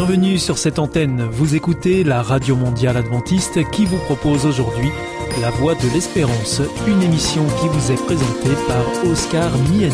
Bienvenue sur cette antenne. Vous écoutez la Radio Mondiale Adventiste qui vous propose aujourd'hui La Voix de l'Espérance, une émission qui vous est présentée par Oscar Miani.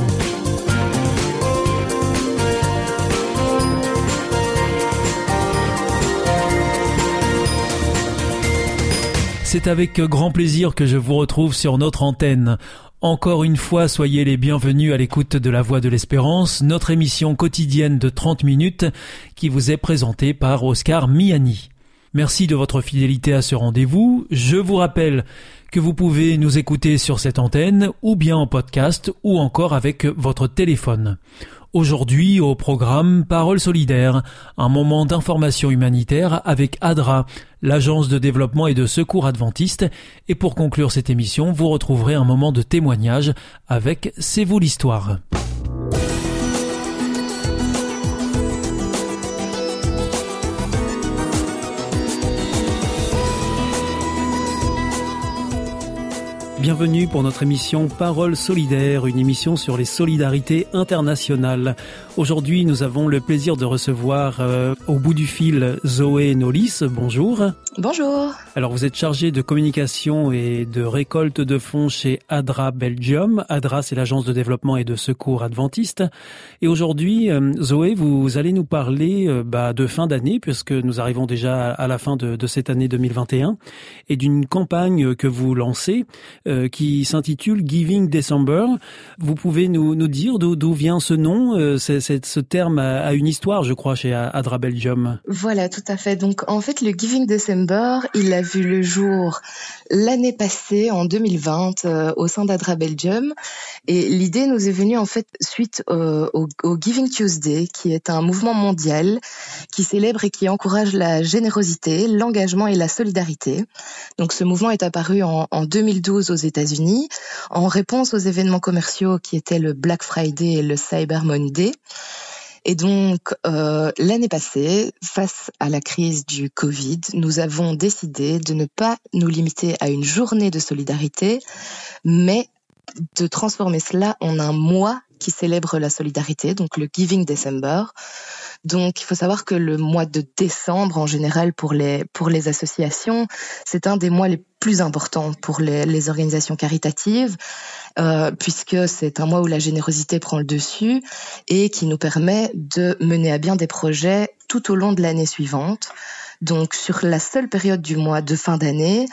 C'est avec grand plaisir que je vous retrouve sur notre antenne. Encore une fois, soyez les bienvenus à l'écoute de La Voix de l'Espérance, notre émission quotidienne de 30 minutes qui vous est présentée par Oscar Miani. Merci de votre fidélité à ce rendez-vous. Je vous rappelle que vous pouvez nous écouter sur cette antenne ou bien en podcast ou encore avec votre téléphone. Aujourd'hui, au programme Paroles solidaires, un moment d'information humanitaire avec ADRA, l'Agence de développement et de secours adventiste. Et pour conclure cette émission, vous retrouverez un moment de témoignage avec C'est vous l'histoire. Bienvenue pour notre émission Paroles solidaires, une émission sur les solidarités internationales. Aujourd'hui, nous avons le plaisir de recevoir au bout du fil Zoé Nolis. Bonjour. Bonjour. Alors, vous êtes chargée de communication et de récolte de fonds chez ADRA Belgium. ADRA, c'est l'Agence de développement et de secours adventiste. Et aujourd'hui, Zoé, vous allez nous parler de fin d'année, puisque nous arrivons déjà à la fin de cette année 2021, et d'une campagne que vous lancez qui s'intitule Giving December. Vous pouvez nous dire d'où vient ce nom? Ce terme a une histoire, je crois, chez ADRA Belgium. Voilà, tout à fait. Donc, en fait, le Giving December, il a vu le jour l'année passée, en 2020, au sein d'ADRA Belgium. Et l'idée nous est venue, en fait, suite au Giving Tuesday, qui est un mouvement mondial qui célèbre et qui encourage la générosité, l'engagement et la solidarité. Donc, ce mouvement est apparu en 2012 aux États-Unis, en réponse aux événements commerciaux qui étaient le Black Friday et le Cyber Monday. Et donc, l'année passée, face à la crise du Covid, nous avons décidé de ne pas nous limiter à une journée de solidarité, mais de transformer cela en un mois qui célèbre la solidarité, donc le Giving December. Donc, il faut savoir que le mois de décembre, en général, pour les associations, c'est un des mois les plus importants pour les organisations caritatives, puisque c'est un mois où la générosité prend le dessus et qui nous permet de mener à bien des projets tout au long de l'année suivante. Donc, sur la seule période du mois de fin d'année,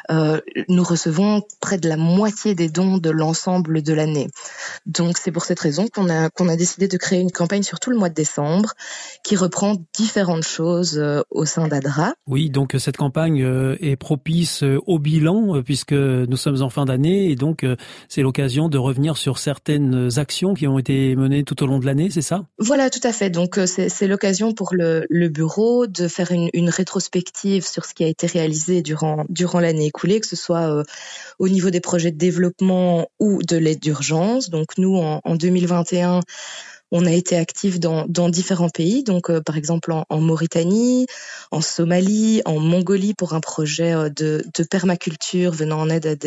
nous recevons près de la moitié des dons de l'ensemble de l'année. Donc, c'est pour cette raison qu'on a décidé de créer une campagne sur tout le mois de décembre qui reprend différentes choses au sein d'ADRA. Oui, donc cette campagne est propice au bilan puisque nous sommes en fin d'année et donc c'est l'occasion de revenir sur certaines actions qui ont été menées tout au long de l'année, c'est ça? Voilà, tout à fait. Donc, c'est l'occasion pour le bureau de faire une rétrospective sur ce qui a été réalisé durant l'année écoulée, que ce soit au niveau des projets de développement ou de l'aide d'urgence. Donc nous, en 2021, on a été actifs dans différents pays, donc par exemple en Mauritanie, en Somalie, en Mongolie pour un projet de permaculture venant en aide à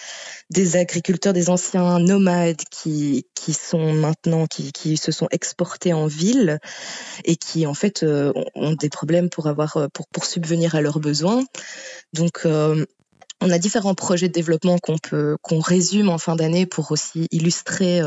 des agriculteurs, des anciens nomades qui sont maintenant qui se sont exportés en ville et qui en fait ont des problèmes pour subvenir à leurs besoins. Donc on a différents projets de développement qu'on résume en fin d'année pour aussi illustrer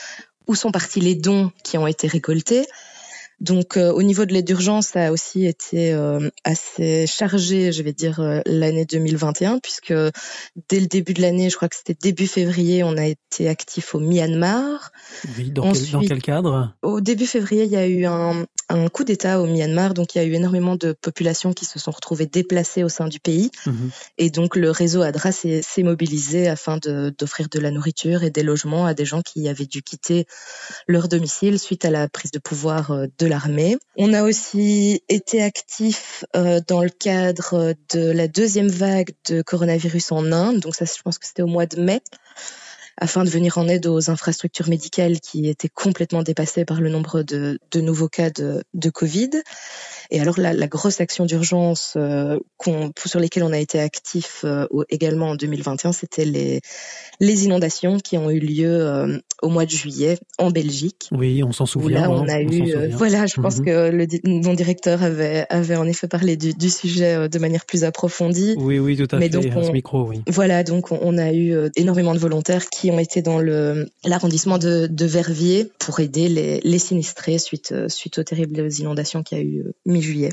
où sont partis les dons qui ont été récoltés. Donc, au niveau de l'aide d'urgence, ça a aussi été assez chargé, je vais dire, l'année 2021, puisque dès le début de l'année, je crois que c'était début février, on a été actif au Myanmar. Oui, dans quel cadre? Au début février, il y a eu un coup d'État au Myanmar, donc il y a eu énormément de populations qui se sont retrouvées déplacées au sein du pays. Et donc, le réseau ADRA s'est mobilisé afin d'offrir de la nourriture et des logements à des gens qui avaient dû quitter leur domicile suite à la prise de pouvoir de l'armée. On a aussi été actifs dans le cadre de la deuxième vague de coronavirus en Inde. Donc ça, je pense que c'était au mois de mai, afin de venir en aide aux infrastructures médicales qui étaient complètement dépassées par le nombre de nouveaux cas de Covid. Et alors la grosse action d'urgence sur lesquelles on a été actif également en 2021, c'était les inondations qui ont eu lieu au mois de juillet en Belgique. Oui, on s'en souvient. Là, on a eu, je pense que mon directeur avait en effet parlé du sujet de manière plus approfondie. Oui, tout à fait, donc à ce micro, oui. Voilà, donc on a eu énormément de volontaires qui ont été dans l'arrondissement de Verviers pour aider les sinistrés suite aux terribles inondations qu'il y a eu mi-juillet.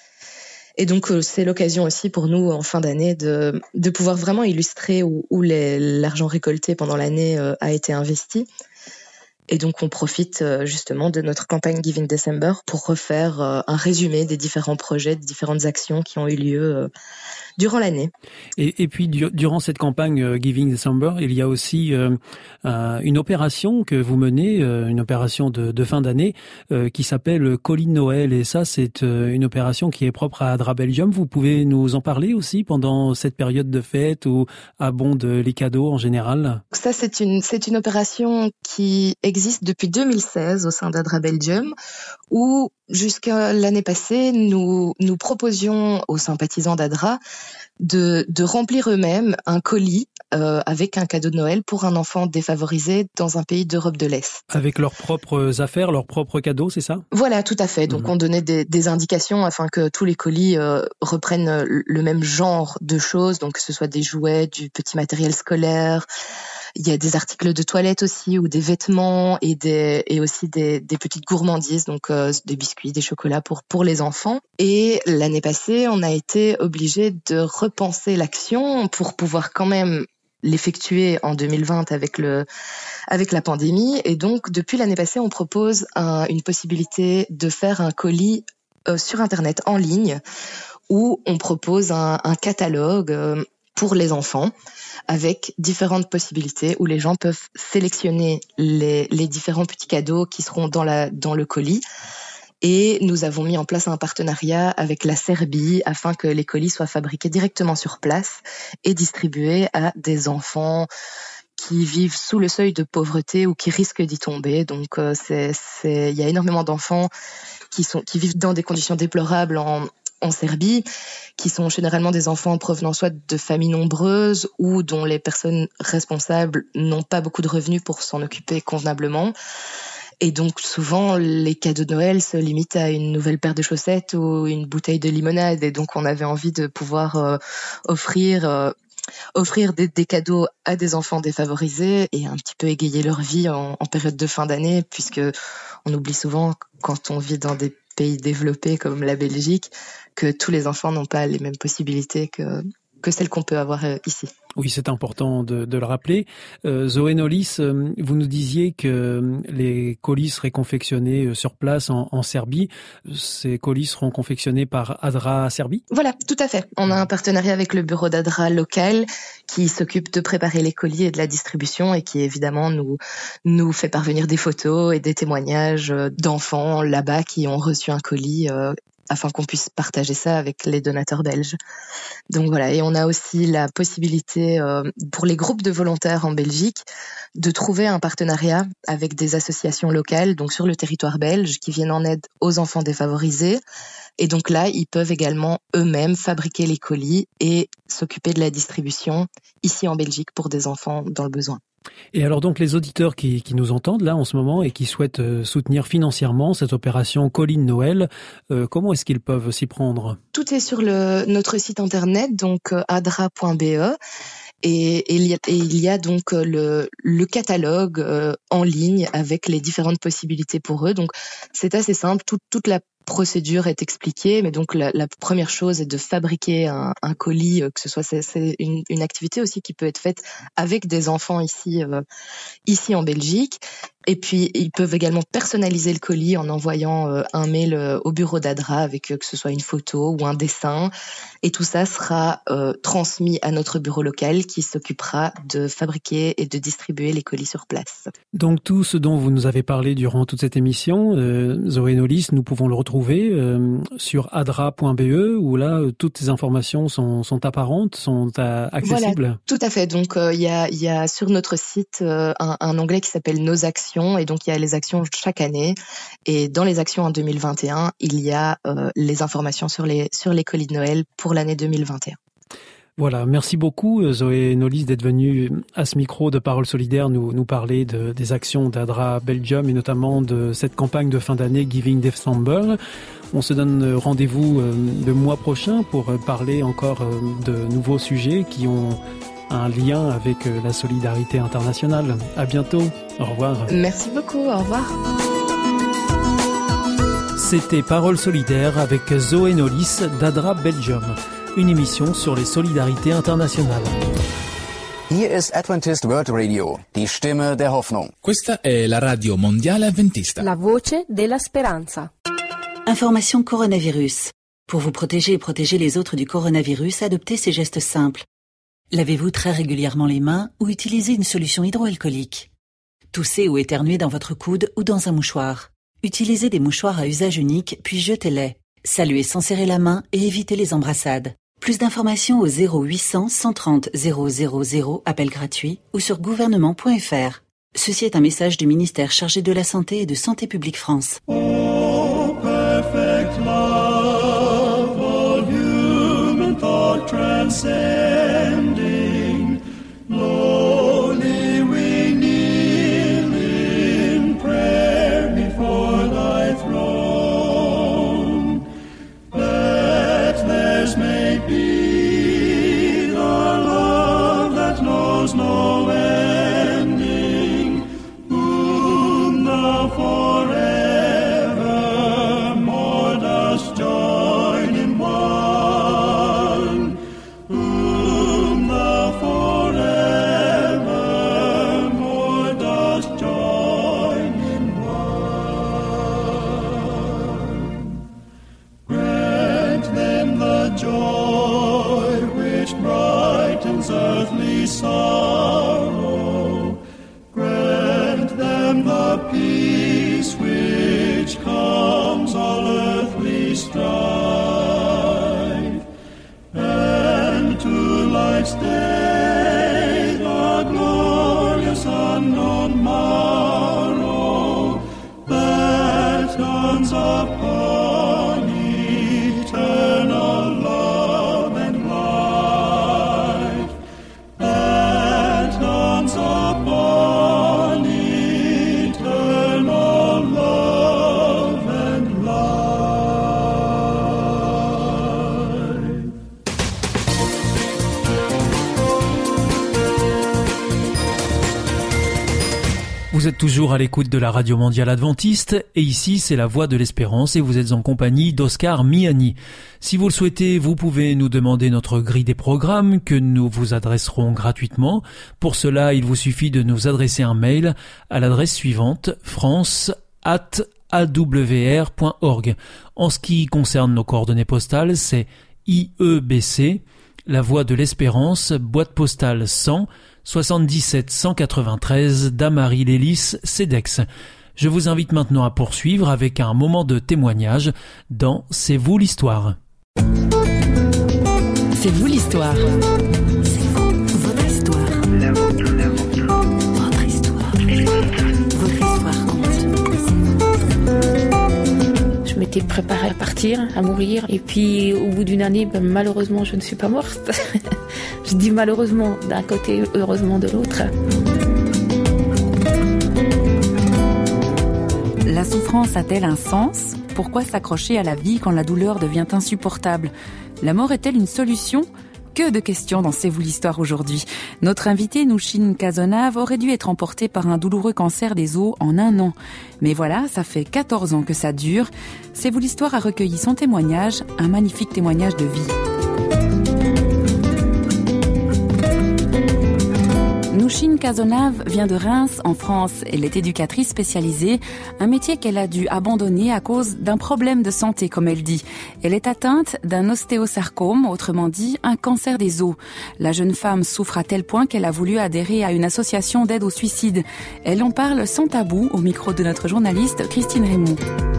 Et donc, c'est l'occasion aussi pour nous, en fin d'année, de pouvoir vraiment illustrer où l'argent récolté pendant l'année a été investi. Et donc, on profite justement de notre campagne Giving December pour refaire un résumé des différents projets, des différentes actions qui ont eu lieu durant l'année. Et puis, durant cette campagne Giving December, il y a aussi une opération que vous menez, une opération de fin d'année qui s'appelle Colis de Noël. Et ça, c'est une opération qui est propre à Adra Belgium. Vous pouvez nous en parler aussi pendant cette période de fête où abondent les cadeaux en général? Ça, c'est une opération qui existe depuis 2016 au sein d'Adra Belgium, où jusqu'à l'année passée, nous proposions aux sympathisants d'Adra de remplir eux-mêmes un colis avec un cadeau de Noël pour un enfant défavorisé dans un pays d'Europe de l'Est. Avec leurs propres affaires, leurs propres cadeaux, c'est ça? Voilà, tout à fait. Donc on donnait des indications afin que tous les colis reprennent le même genre de choses, donc que ce soit des jouets, du petit matériel scolaire. Il y a des articles de toilette aussi, ou des vêtements, et aussi des petites gourmandises, donc des biscuits, des chocolats pour les enfants. Et l'année passée, on a été obligé de repenser l'action pour pouvoir quand même l'effectuer en 2020 avec la pandémie. Et donc, depuis l'année passée, on propose une possibilité de faire un colis sur Internet en ligne, où on propose un catalogue pour les enfants, avec différentes possibilités où les gens peuvent sélectionner les différents petits cadeaux qui seront dans le colis. Et nous avons mis en place un partenariat avec la Serbie afin que les colis soient fabriqués directement sur place et distribués à des enfants qui vivent sous le seuil de pauvreté ou qui risquent d'y tomber. Donc il y a énormément d'enfants qui vivent dans des conditions déplorables en Serbie, qui sont généralement des enfants provenant soit de familles nombreuses ou dont les personnes responsables n'ont pas beaucoup de revenus pour s'en occuper convenablement. Et donc souvent, les cadeaux de Noël se limitent à une nouvelle paire de chaussettes ou une bouteille de limonade. Et donc on avait envie de pouvoir offrir des cadeaux à des enfants défavorisés et un petit peu égayer leur vie en période de fin d'année, puisque on oublie souvent, quand on vit dans des pays développés comme la Belgique, que tous les enfants n'ont pas les mêmes possibilités que celles qu'on peut avoir ici. Oui, c'est important de le rappeler. Zoé Nolis, vous nous disiez que les colis seraient confectionnés sur place en Serbie. Ces colis seront confectionnés par Adra Serbie? Voilà, tout à fait. On a un partenariat avec le bureau d'Adra local qui s'occupe de préparer les colis et de la distribution et qui évidemment nous fait parvenir des photos et des témoignages d'enfants là-bas qui ont reçu un colis afin qu'on puisse partager ça avec les donateurs belges. Donc voilà, et on a aussi la possibilité pour les groupes de volontaires en Belgique de trouver un partenariat avec des associations locales, donc sur le territoire belge, qui viennent en aide aux enfants défavorisés. Et donc là, ils peuvent également eux-mêmes fabriquer les colis et s'occuper de la distribution ici en Belgique pour des enfants dans le besoin. Et alors donc les auditeurs qui nous entendent là en ce moment et qui souhaitent soutenir financièrement cette opération Colis de Noël, comment est-ce qu'ils peuvent s'y prendre? Tout est sur notre site internet, donc adra.be. Et il y a donc le catalogue en ligne avec les différentes possibilités pour eux. Donc c'est assez simple, toute la procédure est expliquée, mais donc la première chose est de fabriquer un colis, que ce soit c'est une activité aussi qui peut être faite avec des enfants ici en Belgique. Et puis, ils peuvent également personnaliser le colis en envoyant un mail au bureau d'Adra avec que ce soit une photo ou un dessin. Et tout ça sera transmis à notre bureau local qui s'occupera de fabriquer et de distribuer les colis sur place. Donc, tout ce dont vous nous avez parlé durant toute cette émission, Zoé Nolis, nous pouvons le retrouver sur adra.be où là, toutes les informations sont apparentes, sont accessibles. Voilà, tout à fait. Donc, il y a sur notre site un onglet qui s'appelle Nos actions. Et donc, il y a les actions chaque année. Et dans les actions en 2021, il y a les informations sur les colis de Noël pour l'année 2021. Voilà, merci beaucoup Zoé Knollys d'être venue à ce micro de Parole Solidaire nous parler des actions d'ADRA Belgium et notamment de cette campagne de fin d'année Giving December. On se donne rendez-vous le mois prochain pour parler encore de nouveaux sujets qui ont un lien avec la solidarité internationale. À bientôt, au revoir. Merci beaucoup, au revoir. C'était Parole Solidaire avec Zoé Knollys d'ADRA Belgium. Une émission sur les solidarités internationales. Hier ist Adventist World Radio, die Stimme der Hoffnung. Questa è la radio mondiale avventista. La voce della speranza. Information coronavirus. Pour vous protéger et protéger les autres du coronavirus, adoptez ces gestes simples. Lavez-vous très régulièrement les mains ou utilisez une solution hydroalcoolique. Toussez ou éternuez dans votre coude ou dans un mouchoir. Utilisez des mouchoirs à usage unique, puis jetez-les. Saluez sans serrer la main et évitez les embrassades. Plus d'informations au 0800 130 000, appel gratuit, ou sur gouvernement.fr. Ceci est un message du ministère chargé de la Santé et de Santé publique France. Oh, perfect love, all human thought transcending, lowly we kneel in prayer before thy throne, that theirs may be the love that knows no ending, whom thou forevermore dost join in one, whom thou forevermore dost join in one. Grant them the joy which brightens earthly sorrow, grant them the peace which calms all earthly strife, and to life's day the glorious unknown morrow that dawns upon eternal love and light, that dawns upon eternal love and light. Vous êtes toujours à l'écoute de la Radio Mondiale Adventiste et ici c'est la Voix de l'Espérance et vous êtes en compagnie d'Oscar Miani. Si vous le souhaitez, vous pouvez nous demander notre grille des programmes que nous vous adresserons gratuitement. Pour cela, il vous suffit de nous adresser un mail à l'adresse suivante france@awr.org. En ce qui concerne nos coordonnées postales, c'est IEBC, la Voix de l'Espérance, boîte postale 100 77 193 Damary-Lélis, Cedex. Je vous invite maintenant à poursuivre avec un moment de témoignage dans C'est vous l'histoire. C'est vous l'histoire. C'est vous, votre histoire. Votre histoire. Votre histoire compte. Je m'étais préparée à partir, à mourir. Et puis, au bout d'une année, malheureusement, je ne suis pas morte. Je dis malheureusement d'un côté, heureusement de l'autre. La souffrance a-t-elle un sens ? Pourquoi s'accrocher à la vie quand la douleur devient insupportable ? La mort est-elle une solution ? Que de questions dans C'est vous l'histoire aujourd'hui. Notre invité, Nouchine Kazonave, aurait dû être emporté par un douloureux cancer des os en 1 an. Mais voilà, ça fait 14 ans que ça dure. C'est vous l'histoire a recueilli son témoignage, un magnifique témoignage de vie. Nouchine Kazonave vient de Reims, en France. Elle est éducatrice spécialisée, un métier qu'elle a dû abandonner à cause d'un problème de santé, comme elle dit. Elle est atteinte d'un ostéosarcome, autrement dit, un cancer des os. La jeune femme souffre à tel point qu'elle a voulu adhérer à une association d'aide au suicide. Elle en parle sans tabou au micro de notre journaliste Christine Raymond.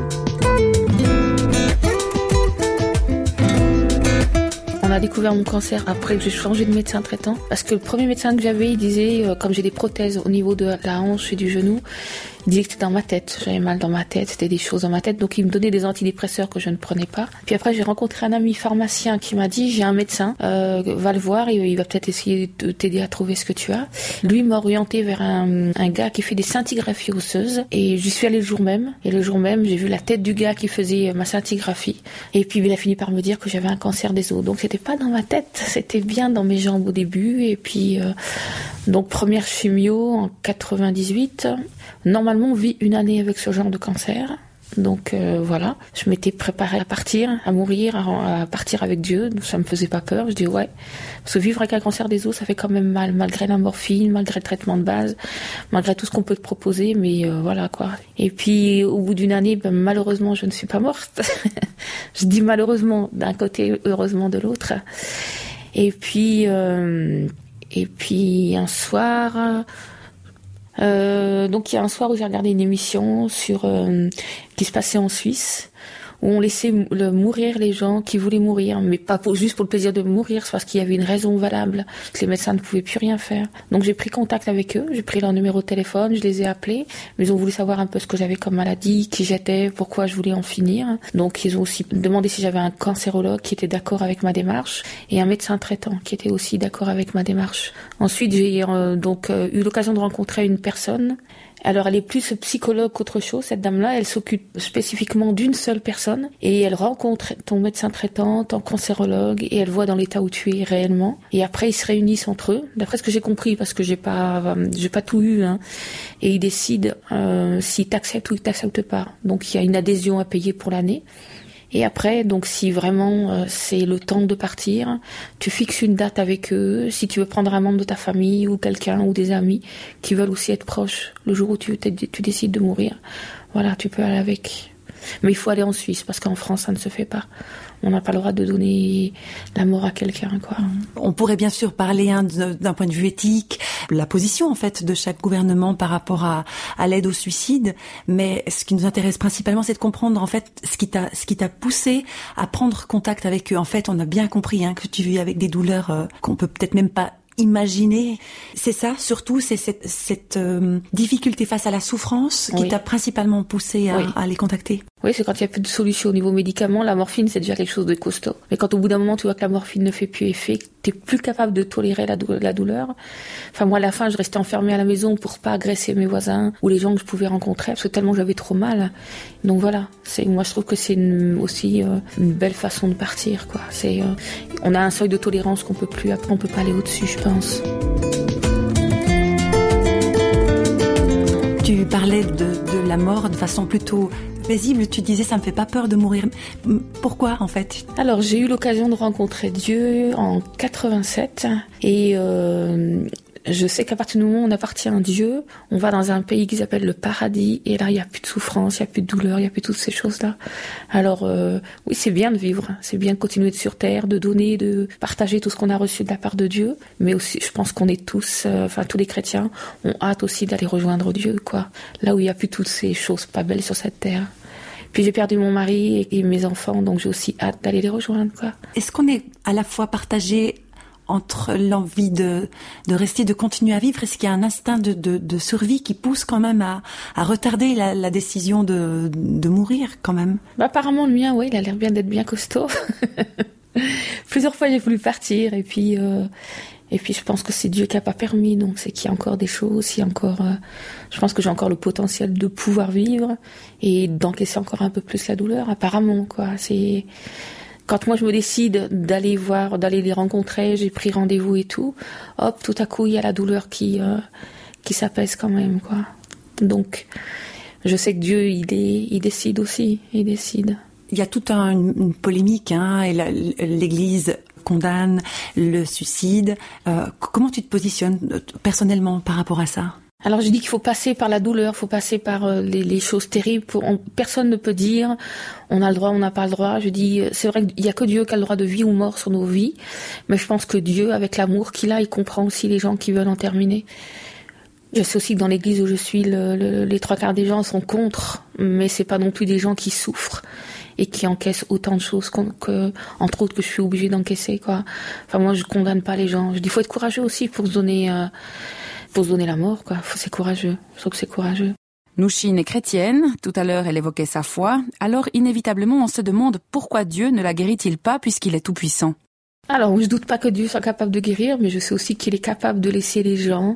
On a découvert mon cancer après que j'ai changé de médecin traitant. Parce que le premier médecin que j'avais, il disait, comme j'ai des prothèses au niveau de la hanche et du genou, il Il disait que c'était dans ma tête, j'avais mal dans ma tête, c'était des choses dans ma tête, donc il me donnait des antidépresseurs que je ne prenais pas. Puis après j'ai rencontré un ami pharmacien qui m'a dit j'ai un médecin, va le voir et il va peut-être essayer de t'aider à trouver ce que tu as. Lui m'a orienté vers un gars qui fait des scintigraphies osseuses et j'y suis allée le jour même. Et le jour même j'ai vu la tête du gars qui faisait ma scintigraphie et puis il a fini par me dire que j'avais un cancer des os. Donc c'était pas dans ma tête, c'était bien dans mes jambes au début. Et puis donc première chimio en 98. Normalement, on vit une année avec ce genre de cancer. Donc voilà, je m'étais préparée à partir, à mourir, à partir avec Dieu. Ça me faisait pas peur. Je dis ouais, parce que vivre avec un cancer des os, ça fait quand même mal, malgré la morphine, malgré le traitement de base, malgré tout ce qu'on peut te proposer. Mais voilà quoi. Et puis au bout d'une année, malheureusement, je ne suis pas morte. Je dis malheureusement d'un côté, heureusement de l'autre. Et puis un soir. Donc il y a un soir où j'ai regardé une émission sur qui se passait en Suisse où on laissait mourir les gens qui voulaient mourir, mais pas juste pour le plaisir de mourir, c'est parce qu'il y avait une raison valable, que les médecins ne pouvaient plus rien faire. Donc j'ai pris contact avec eux, j'ai pris leur numéro de téléphone, je les ai appelés, mais ils ont voulu savoir un peu ce que j'avais comme maladie, qui j'étais, pourquoi je voulais en finir. Donc ils ont aussi demandé si j'avais un cancérologue qui était d'accord avec ma démarche et un médecin traitant qui était aussi d'accord avec ma démarche. Ensuite j'ai eu l'occasion de rencontrer une personne. Alors elle est plus psychologue qu'autre chose, cette dame-là, elle s'occupe spécifiquement d'une seule personne et elle rencontre ton médecin traitant, ton cancérologue et elle voit dans l'état où tu es réellement. Et après ils se réunissent entre eux, d'après ce que j'ai compris parce que j'ai pas tout eu, hein, et ils décident s'ils t'acceptent ou ils t'acceptent pas. Donc il y a une adhésion à payer pour l'année. Et après, donc si vraiment c'est le temps de partir, tu fixes une date avec eux. Si tu veux prendre un membre de ta famille ou quelqu'un ou des amis qui veulent aussi être proches le jour où tu décides de mourir, voilà, tu peux aller avec. Mais il faut aller en Suisse parce qu'en France ça ne se fait pas. On n'a pas le droit de donner la mort à quelqu'un, quoi. On pourrait bien sûr parler d'un point de vue éthique, la position en fait de chaque gouvernement par rapport à l'aide au suicide, mais ce qui nous intéresse principalement, c'est de comprendre en fait ce qui t'a poussé à prendre contact avec eux. En fait, on a bien compris que tu vis avec des douleurs qu'on peut peut-être même pas imaginer. C'est ça, surtout, c'est cette difficulté face à la souffrance qui t'a principalement poussé à les contacter. Oui, c'est quand il n'y a plus de solution au niveau médicament. La morphine, c'est déjà quelque chose de costaud. Mais quand au bout d'un moment, tu vois que la morphine ne fait plus effet, que t'es plus capable de tolérer la douleur. Enfin, moi, à la fin, je restais enfermée à la maison pour pas agresser mes voisins ou les gens que je pouvais rencontrer, parce que tellement j'avais trop mal. Donc voilà, moi, je trouve que c'est aussi une belle façon de partir, quoi. On a un seuil de tolérance qu'on peut plus, après, on peut pas aller au-dessus, je pense. Tu parlais de la mort de façon plutôt paisible, tu disais ça me fait pas peur de mourir. Pourquoi en fait ? Alors j'ai eu l'occasion de rencontrer Dieu en 87 et je sais qu'à partir du moment où on appartient à Dieu, on va dans un pays qui s'appelle le paradis et là il n'y a plus de souffrance, il n'y a plus de douleur, il n'y a plus toutes ces choses-là. Alors oui, c'est bien de vivre, c'est bien de continuer sur terre, de donner, de partager tout ce qu'on a reçu de la part de Dieu, mais aussi je pense qu'on est tous, tous les chrétiens ont hâte aussi d'aller rejoindre Dieu, quoi. Là où il n'y a plus toutes ces choses pas belles sur cette terre. Puis j'ai perdu mon mari et mes enfants, donc j'ai aussi hâte d'aller les rejoindre, quoi. Est-ce qu'on est à la fois partagé entre l'envie de rester, de continuer à vivre? Est-ce qu'il y a un instinct de survie qui pousse quand même à retarder la décision de mourir quand même? Apparemment le mien, oui, il a l'air bien d'être bien costaud. Plusieurs fois j'ai voulu partir et puis je pense que c'est Dieu qui a pas permis, donc c'est qu'il y a encore des choses, je pense que j'ai encore le potentiel de pouvoir vivre et d'encaisser encore un peu plus la douleur, apparemment, quoi. Quand moi je me décide d'aller les rencontrer, j'ai pris rendez-vous et tout, hop, tout à coup il y a la douleur qui s'apaise quand même, quoi. Donc je sais que Dieu il décide aussi, il décide. Il y a toute une polémique, et l'Église condamne le suicide. Comment tu te positionnes personnellement par rapport à ça ? Alors je dis qu'il faut passer par la douleur, faut passer par les choses terribles. Personne ne peut dire on a le droit, on n'a pas le droit. Je dis c'est vrai qu'il y a que Dieu qui a le droit de vie ou mort sur nos vies, mais je pense que Dieu, avec l'amour qu'il a, il comprend aussi les gens qui veulent en terminer. Je sais aussi que dans l'église où je suis, les trois quarts des gens sont contre, mais c'est pas non plus des gens qui souffrent et qui encaissent autant de choses entre autres que je suis obligée d'encaisser, quoi. Enfin moi je condamne pas les gens. Je dis faut être courageux aussi pour se donner la mort, quoi. C'est courageux. Je trouve que c'est courageux. Nouchine est chrétienne, tout à l'heure elle évoquait sa foi, alors inévitablement on se demande pourquoi Dieu ne la guérit-il pas puisqu'il est tout-puissant. Alors, je doute pas que Dieu soit capable de guérir, mais je sais aussi qu'il est capable de laisser les gens,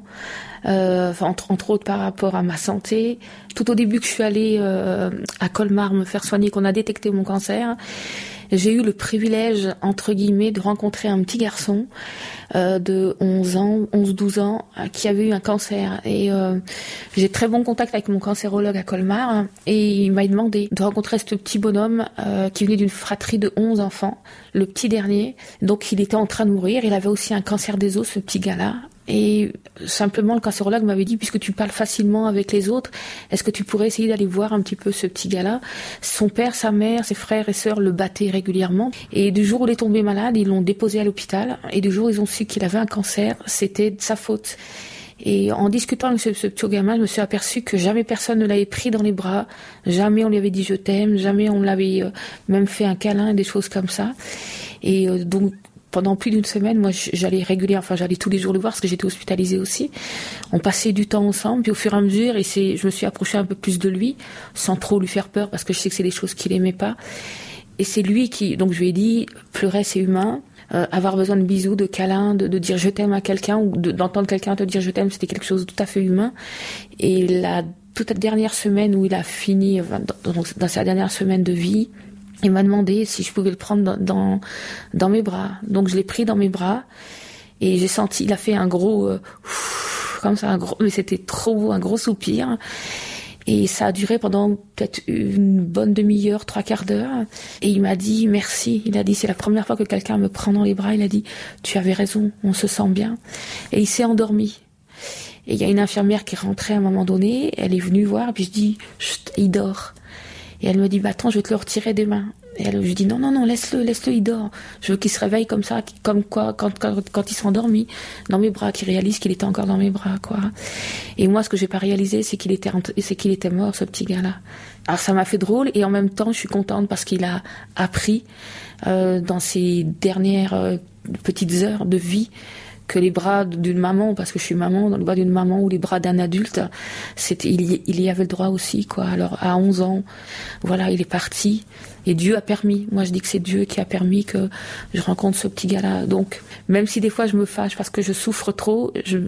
entre autres par rapport à ma santé. Tout au début que je suis allée à Colmar me faire soigner, qu'on a détecté mon cancer, j'ai eu le privilège, entre guillemets, de rencontrer un petit garçon de 11-12 ans, qui avait eu un cancer. Et j'ai très bon contact avec mon cancérologue à Colmar, et il m'a demandé de rencontrer ce petit bonhomme qui venait d'une fratrie de 11 enfants, le petit dernier. Donc il était en train de mourir, il avait aussi un cancer des os, ce petit gars-là. Et simplement, le cancérologue m'avait dit, puisque tu parles facilement avec les autres, est-ce que tu pourrais essayer d'aller voir un petit peu ce petit gars-là? Son père, sa mère, ses frères et sœurs le battaient régulièrement. Et du jour où il est tombé malade, ils l'ont déposé à l'hôpital. Et du jour où ils ont su qu'il avait un cancer, c'était de sa faute. Et en discutant avec ce petit gamin, je me suis aperçue que jamais personne ne l'avait pris dans les bras, jamais on lui avait dit je t'aime, jamais on l'avait même fait un câlin, des choses comme ça. Et donc, pendant plus d'une semaine, moi, j'allais tous les jours le voir parce que j'étais hospitalisée aussi. On passait du temps ensemble, puis au fur et à mesure, je me suis approchée un peu plus de lui, sans trop lui faire peur, parce que je sais que c'est des choses qu'il aimait pas. Et c'est lui donc je lui ai dit, pleurer c'est humain, avoir besoin de bisous, de câlins, de dire je t'aime à quelqu'un, ou d'entendre quelqu'un te dire je t'aime, c'était quelque chose de tout à fait humain. Et toute la dernière semaine où il a fini, dans sa dernière semaine de vie, il m'a demandé si je pouvais le prendre dans mes bras. Donc je l'ai pris dans mes bras et j'ai senti, il a fait un gros, comme ça, mais c'était trop beau, un gros soupir. Et ça a duré pendant peut-être une bonne demi-heure, 3/4 d'heure. Et il m'a dit merci. Il a dit, c'est la première fois que quelqu'un me prend dans les bras. Il a dit, tu avais raison, on se sent bien. Et il s'est endormi. Et il y a une infirmière qui est rentrée à un moment donné. Elle est venue voir, et puis je dis, chut, il dort. Et elle me dit, attends, je vais te le retirer demain. Et je lui dis, non, laisse-le, il dort. Je veux qu'il se réveille comme ça, comme quoi, quand il s'est endormi, dans mes bras, qu'il réalise qu'il était encore dans mes bras, quoi. Et moi, ce que j'ai pas réalisé, c'est qu'il était mort, ce petit gars-là. Alors, ça m'a fait drôle, et en même temps, je suis contente parce qu'il a appris, dans ses dernières petites heures de vie, que les bras d'une maman, parce que je suis maman, dans le bras d'une maman ou les bras d'un adulte, il y avait le droit aussi, quoi. Alors, à 11 ans, voilà, il est parti. Et Dieu a permis. Moi, je dis que c'est Dieu qui a permis que je rencontre ce petit gars-là. Donc, même si des fois je me fâche parce que je souffre trop,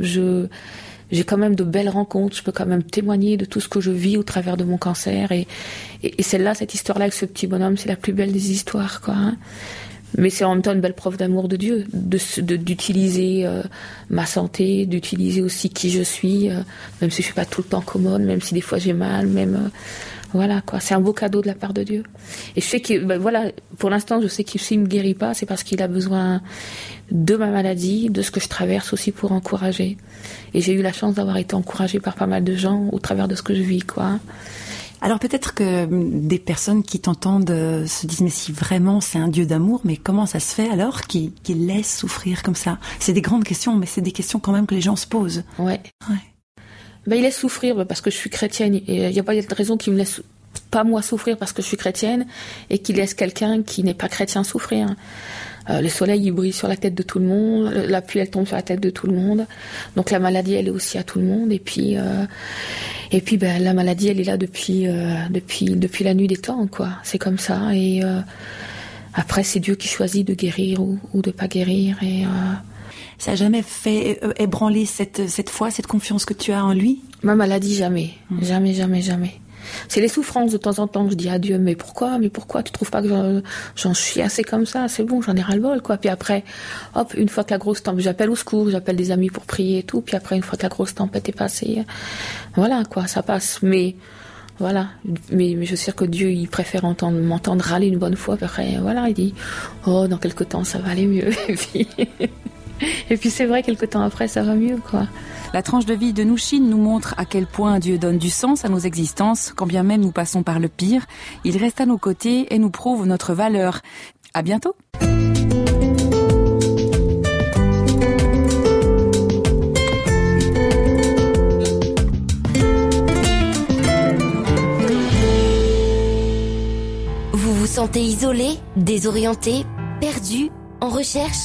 j'ai quand même de belles rencontres. Je peux quand même témoigner de tout ce que je vis au travers de mon cancer. Et celle-là, cette histoire-là avec ce petit bonhomme, c'est la plus belle des histoires, quoi, hein. Mais c'est en même temps une belle preuve d'amour de Dieu, d'utiliser ma santé, d'utiliser aussi qui je suis, même si je suis pas tout le temps commode, même si des fois j'ai mal, voilà, quoi. C'est un beau cadeau de la part de Dieu. Et je sais que, voilà, pour l'instant, je sais qu'il s'il me guérit pas, c'est parce qu'il a besoin de ma maladie, de ce que je traverse aussi pour encourager. Et j'ai eu la chance d'avoir été encouragée par pas mal de gens au travers de ce que je vis, quoi. Alors peut-être que des personnes qui t'entendent se disent, mais si vraiment c'est un Dieu d'amour, mais comment ça se fait alors qu'il laisse souffrir comme ça? C'est des grandes questions, mais c'est des questions quand même que les gens se posent. Ouais. Il laisse souffrir parce que je suis chrétienne. Et il n'y a pas de raison qu'il me laisse pas moi souffrir parce que je suis chrétienne et qu'il laisse quelqu'un qui n'est pas chrétien souffrir. Le soleil, il brille sur la tête de tout le monde. La pluie, elle tombe sur la tête de tout le monde. Donc la maladie, elle est aussi à tout le monde. Et puis la maladie, elle est là depuis la nuit des temps, quoi. C'est comme ça. Et après, c'est Dieu qui choisit de guérir ou de pas guérir. Et ça n'a jamais fait ébranler cette foi, cette confiance que tu as en lui? Ma maladie, jamais. Jamais. C'est les souffrances de temps en temps que je dis à Dieu, mais pourquoi tu trouves pas que j'en suis assez comme ça? C'est bon, j'en ai ras-le-bol, quoi. Puis après, hop, une fois que la grosse tempête, j'appelle au secours, j'appelle des amis pour prier et tout. Puis après, une fois que la grosse tempête est passée, voilà, quoi, ça passe. Mais voilà, mais je sais que Dieu, il préfère m'entendre râler une bonne fois. Puis après, voilà, il dit, oh, dans quelque temps, ça va aller mieux. Et puis c'est vrai, quelque temps après, ça va mieux, quoi. La tranche de vie de Nouchine nous montre à quel point Dieu donne du sens à nos existences, quand bien même nous passons par le pire. Il reste à nos côtés et nous prouve notre valeur. À bientôt. Vous vous sentez isolé, désorienté, perdu, en recherche ?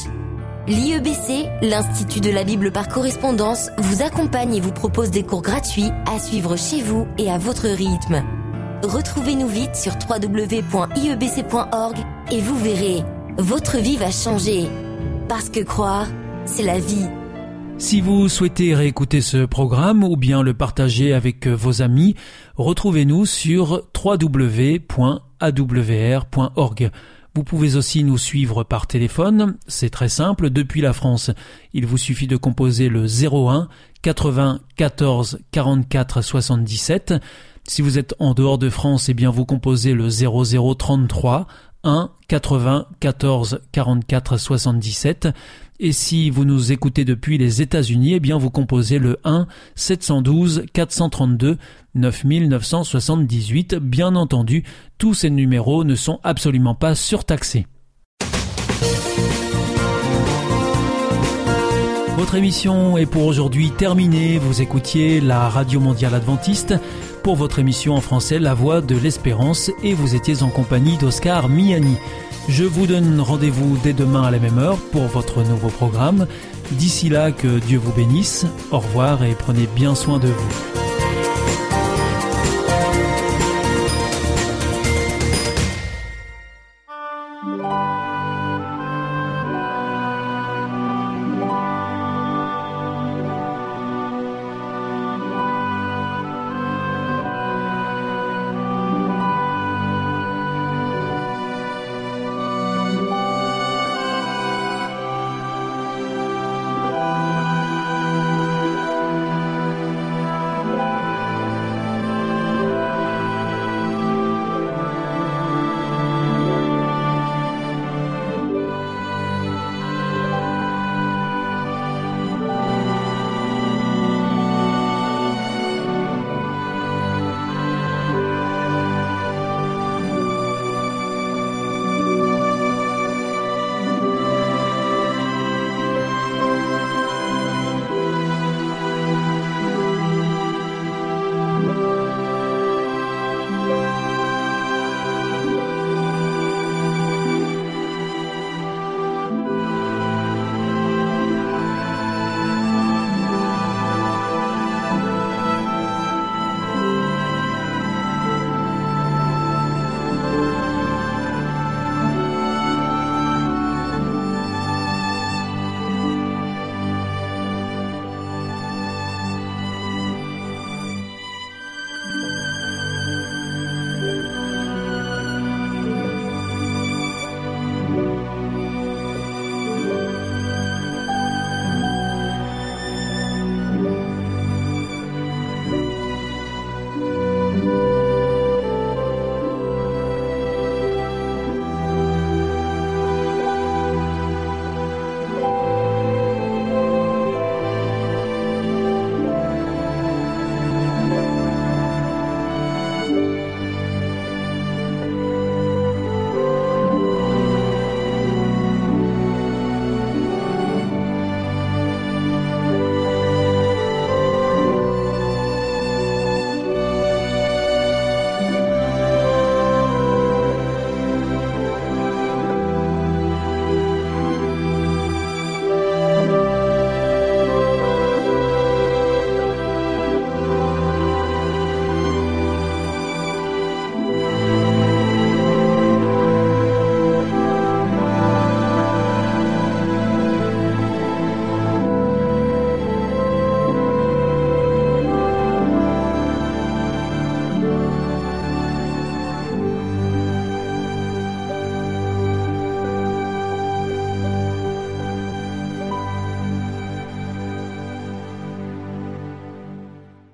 L'IEBC, l'Institut de la Bible par correspondance, vous accompagne et vous propose des cours gratuits à suivre chez vous et à votre rythme. Retrouvez-nous vite sur www.iebc.org et vous verrez, votre vie va changer. Parce que croire, c'est la vie. Si vous souhaitez réécouter ce programme ou bien le partager avec vos amis, retrouvez-nous sur www.awr.org. Vous pouvez aussi nous suivre par téléphone, c'est très simple, depuis la France. Il vous suffit de composer le 01 80 14 44 77. Si vous êtes en dehors de France, eh bien vous composez le 00 33 1 80 14 44 77. Et si vous nous écoutez depuis les États-Unis, eh bien vous composez le 1 712 432 9978. Bien entendu, tous ces numéros ne sont absolument pas surtaxés. Votre émission est pour aujourd'hui terminée. Vous écoutiez la Radio Mondiale Adventiste pour votre émission en français La Voix de l'Espérance et vous étiez en compagnie d'Oscar Miani. Je vous donne rendez-vous dès demain à la même heure pour votre nouveau programme. D'ici là, que Dieu vous bénisse. Au revoir et prenez bien soin de vous.